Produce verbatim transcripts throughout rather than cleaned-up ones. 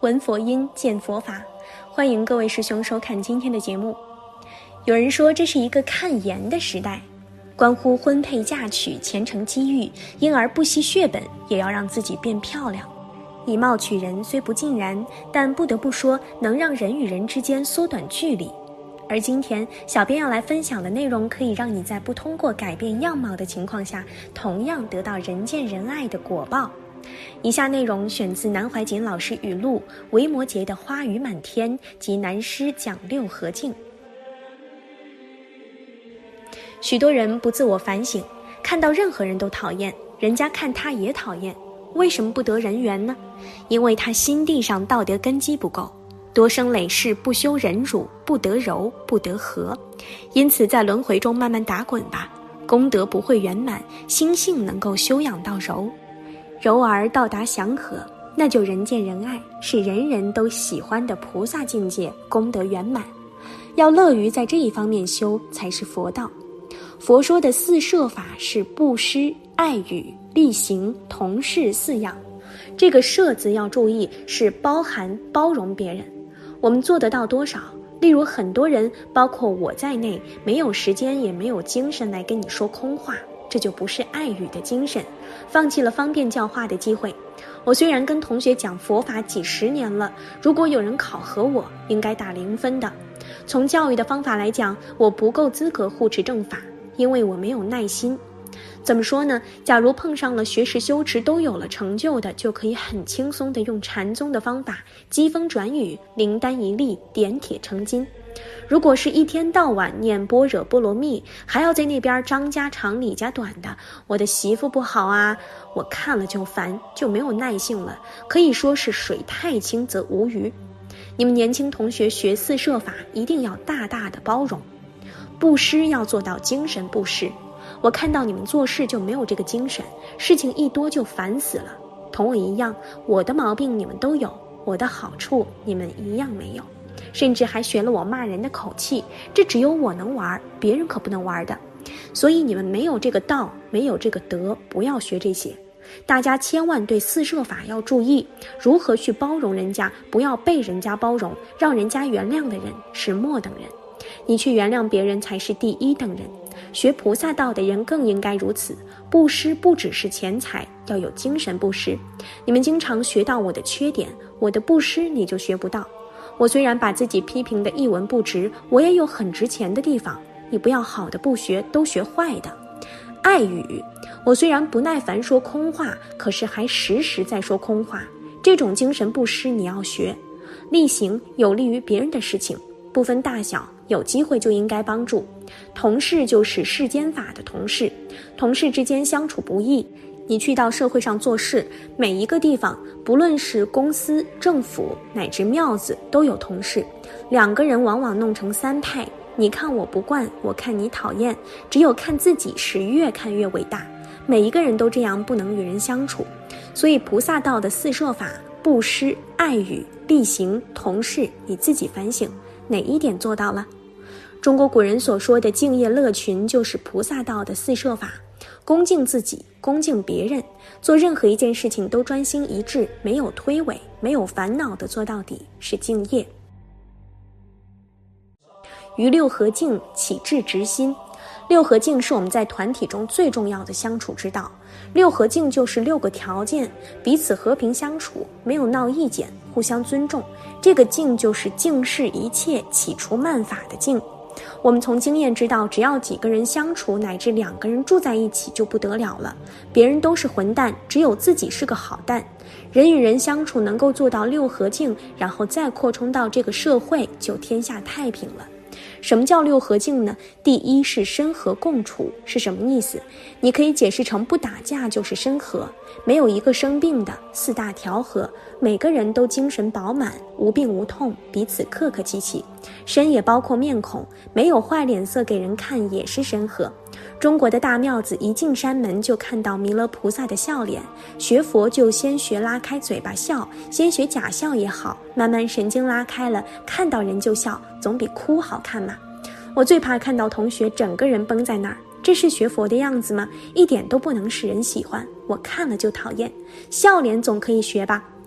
闻佛音，见佛法。欢迎各位师兄收看今天的节目。有人说这是一个看颜的时代，关乎婚配嫁娶、前程机遇，因而不惜血本也要让自己变漂亮。以貌取人虽不尽然，但不得不说能让人与人之间缩短距离。而今天小编要来分享的内容，可以让你在不通过改变样貌的情况下，同样得到人见人爱的果报。以下内容选自南怀瑾老师语录《维摩诘的花雨满天》及南师讲六合镜。许多人不自我反省，看到任何人都讨厌，人家看他也讨厌，为什么不得人缘呢？因为他心地上道德根基不够，多生累世不修忍辱，不得柔，不得和，因此在轮回中慢慢打滚吧，功德不会圆满，心性能够修养到柔，柔而到达祥和，那就人见人爱，是人人都喜欢的菩萨境界，功德圆满。要乐于在这一方面修，才是佛道。佛说的四摄法是布施、爱语、力行、同事四样。这个摄字要注意，是包含包容别人。我们做得到多少？例如很多人，包括我在内，没有时间也没有精神来跟你说空话，这就不是爱语的精神，放弃了方便教化的机会。我虽然跟同学讲佛法几十年了，如果有人考核我，应该打零分的。从教育的方法来讲，我不够资格护持正法，因为我没有耐心。怎么说呢？假如碰上了学识修持都有了成就的，就可以很轻松地用禅宗的方法，机锋转语，灵丹一粒，点铁成金。如果是一天到晚念般若波罗蜜，还要在那边张家长李家短的，我的媳妇不好啊，我看了就烦，就没有耐性了，可以说是水太清则无鱼。你们年轻同学学四摄法，一定要大大的包容。布施要做到精神布施，我看到你们做事就没有这个精神，事情一多就烦死了。同我一样，我的毛病你们都有，我的好处你们一样没有，甚至还学了我骂人的口气，这只有我能玩，别人可不能玩的。所以你们没有这个道，没有这个德，不要学这些。大家千万对四摄法要注意，如何去包容人家，不要被人家包容，让人家原谅的人是末等人，你去原谅别人才是第一等人。学菩萨道的人更应该如此，布施不只是钱财，要有精神布施。你们经常学到我的缺点，我的布施你就学不到。我虽然把自己批评的一文不值，我也有很值钱的地方，你不要好的不学，都学坏的。爱语，我虽然不耐烦说空话，可是还时时在说空话，这种精神布施你要学。力行，有利于别人的事情，不分大小，有机会就应该帮助。同事就是世间法的同事，同事之间相处不易，你去到社会上做事，每一个地方，不论是公司、政府乃至庙子，都有同事。两个人往往弄成三派，你看我不惯，我看你讨厌，只有看自己是越看越伟大。每一个人都这样，不能与人相处。所以菩萨道的四摄法，布施、爱语、力行、同事，你自己反省，哪一点做到了？中国古人所说的敬业乐群，就是菩萨道的四摄法。恭敬自己，恭敬别人，做任何一件事情都专心一致，没有推诿，没有烦恼的做到底，是敬业。于六合敬，起至直心。六合敬是我们在团体中最重要的相处之道。六合敬就是六个条件，彼此和平相处，没有闹意见，互相尊重。这个敬就是敬视一切，起除慢法的敬。我们从经验知道，只要几个人相处，乃至两个人住在一起就不得了了，别人都是混蛋，只有自己是个好蛋。人与人相处能够做到六合敬，然后再扩充到这个社会，就天下太平了。什么叫六合敬呢？第一是身和共处，是什么意思？你可以解释成不打架就是身和，没有一个生病的，四大调和，每个人都精神饱满，无病无痛，彼此客客气气。身也包括面孔，没有坏脸色给人看，也是身和。中国的大庙子一进山门就看到弥勒菩萨的笑脸，学佛就先学拉开嘴巴笑，先学假笑也好，慢慢神经拉开了，看到人就笑，总比哭好看嘛。我最怕看到同学整个人绷在那儿，这是学佛的样子吗？一点都不能使人喜欢，我看了就讨厌。笑脸总可以学吧？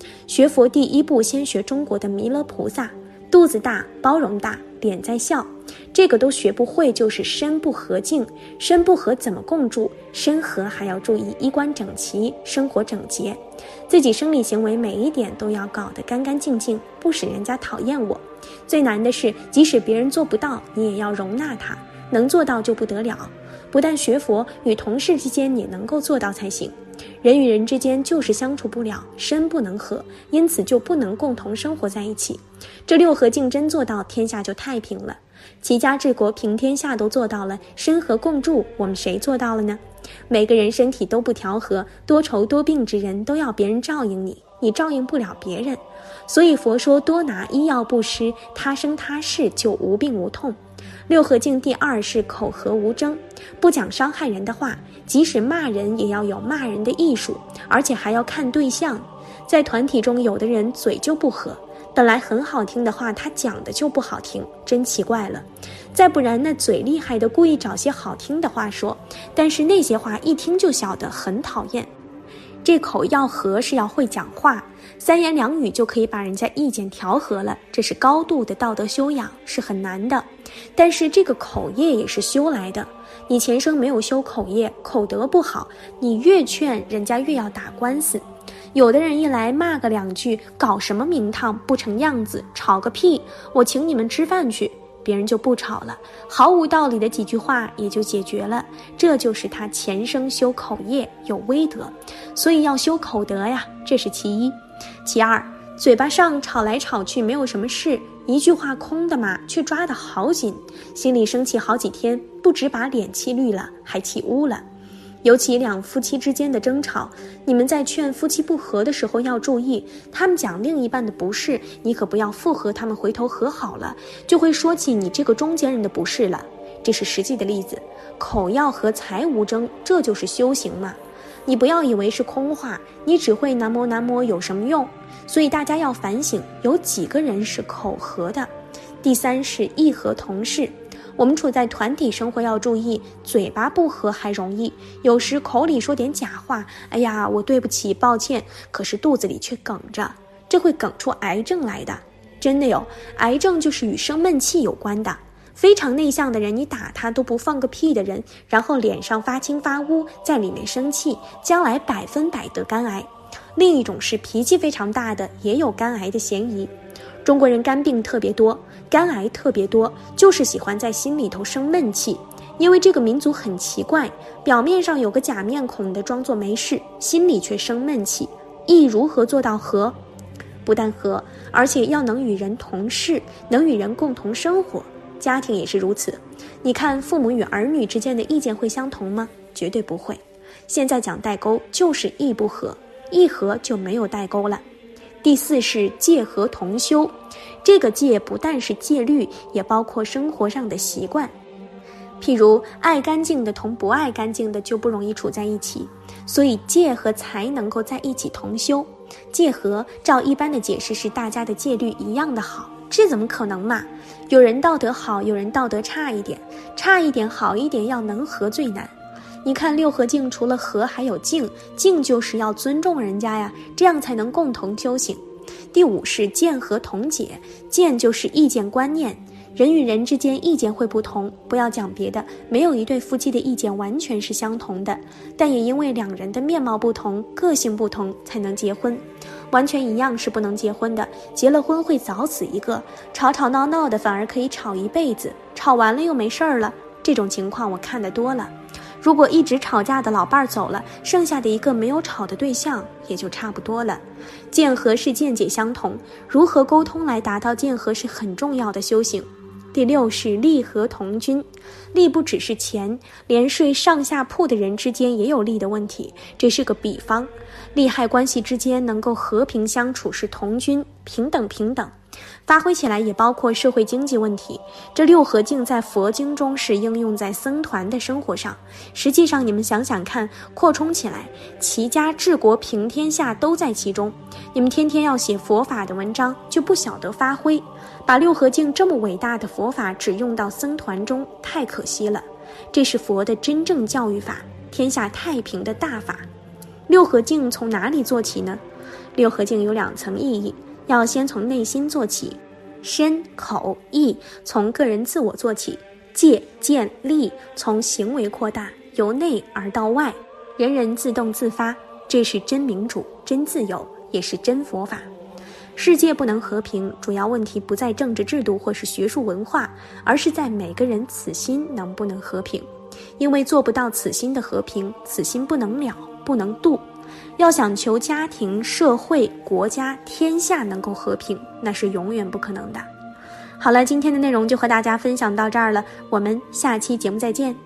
学佛第一步先学中国的弥勒菩萨，肚子大，包容大，脸在笑，这个都学不会，就是身不和静。身不和怎么共住？身和还要注意衣冠整齐，生活整洁，自己生理行为每一点都要搞得干干净净，不使人家讨厌我。最难的是，即使别人做不到，你也要容纳他，能做到就不得了。不但学佛，与同事之间也能够做到才行。人与人之间就是相处不了，身不能和，因此就不能共同生活在一起。这六合竞真做到，天下就太平了。齐家治国平天下都做到了，身和共住，我们谁做到了呢？每个人身体都不调和，多愁多病之人都要别人照应你，你照应不了别人。所以佛说多拿医药布施，他生他世就无病无痛。六合敬第二是口和无争，不讲伤害人的话，即使骂人也要有骂人的艺术，而且还要看对象。在团体中，有的人嘴就不合，本来很好听的话他讲的就不好听，真奇怪了。再不然那嘴厉害的故意找些好听的话说，但是那些话一听就晓得很讨厌。这口要和是要会讲话，三言两语就可以把人家意见调和了，这是高度的道德修养，是很难的。但是这个口业也是修来的，你前生没有修口业，口德不好，你越劝人家越要打官司。有的人一来骂个两句，搞什么名堂，不成样子，吵个屁，我请你们吃饭去，别人就不吵了，毫无道理的几句话也就解决了。这就是他前生修口业，有威德，所以要修口德呀，这是其一。其二，嘴巴上吵来吵去没有什么事，一句话空的嘛，却抓得好紧，心里生气好几天，不止把脸气绿了，还气污了。尤其两夫妻之间的争吵，你们在劝夫妻不和的时候要注意，他们讲另一半的不是，你可不要附和他们回头和好了，就会说起你这个中间人的不是了。这是实际的例子，口要和财无争，这就是修行嘛。你不要以为是空话，你只会南无南无有什么用？所以大家要反省，有几个人是口和的。第三是义和同事，我们处在团体生活要注意，嘴巴不和还容易，有时口里说点假话，哎呀我对不起抱歉，可是肚子里却梗着，这会梗出癌症来的。真的有，癌症就是与生闷气有关的。非常内向的人，你打他都不放个屁的人，然后脸上发青发乌，在里面生气，将来百分百得肝癌。另一种是脾气非常大的，也有肝癌的嫌疑。中国人肝病特别多，肝癌特别多，就是喜欢在心里头生闷气。因为这个民族很奇怪，表面上有个假面孔的装作没事，心里却生闷气。义如何做到和？不但和，而且要能与人同事，能与人共同生活。家庭也是如此，你看父母与儿女之间的意见会相同吗？绝对不会。现在讲代沟，就是义不合，义合就没有代沟了。第四是戒和同修，这个戒不但是戒律，也包括生活上的习惯。譬如爱干净的同不爱干净的就不容易处在一起，所以戒和才能够在一起同修。戒和照一般的解释是大家的戒律一样的好，这怎么可能嘛？有人道德好，有人道德差一点，差一点好一点要能和最难。你看六合敬除了和还有敬，敬就是要尊重人家呀，这样才能共同修行。第五是见和同解，见就是意见观念，人与人之间意见会不同，不要讲别的，没有一对夫妻的意见完全是相同的，但也因为两人的面貌不同，个性不同才能结婚。完全一样是不能结婚的，结了婚会早死一个，吵吵闹闹的反而可以吵一辈子，吵完了又没事儿了，这种情况我看得多了。如果一直吵架的老伴走了，剩下的一个没有吵的对象也就差不多了。见和是见解相同，如何沟通来达到见和是很重要的修行。第六是利和同居，利不只是钱，连睡上下铺的人之间也有利的问题，这是个比方。利害关系之间能够和平相处是同居，平等平等。发挥起来也包括社会经济问题，这六合敬在佛经中是应用在僧团的生活上。实际上你们想想看，扩充起来，齐家治国平天下都在其中。你们天天要写佛法的文章，就不晓得发挥，把六合敬这么伟大的佛法只用到僧团中，太可惜了。这是佛的真正教育法，天下太平的大法。六合敬从哪里做起呢？ 六合敬有两层意义，要先从内心做起，身口意从个人自我做起，戒见利从行为扩大，由内而到外，人人自动自发，这是真民主、真自由，也是真佛法。世界不能和平，主要问题不在政治制度或是学术文化，而是在每个人此心能不能和平。因为做不到此心的和平，此心不能了，不能度。要想求家庭、社会、国家、天下能够和平，那是永远不可能的。好了，今天的内容就和大家分享到这儿了，我们下期节目再见。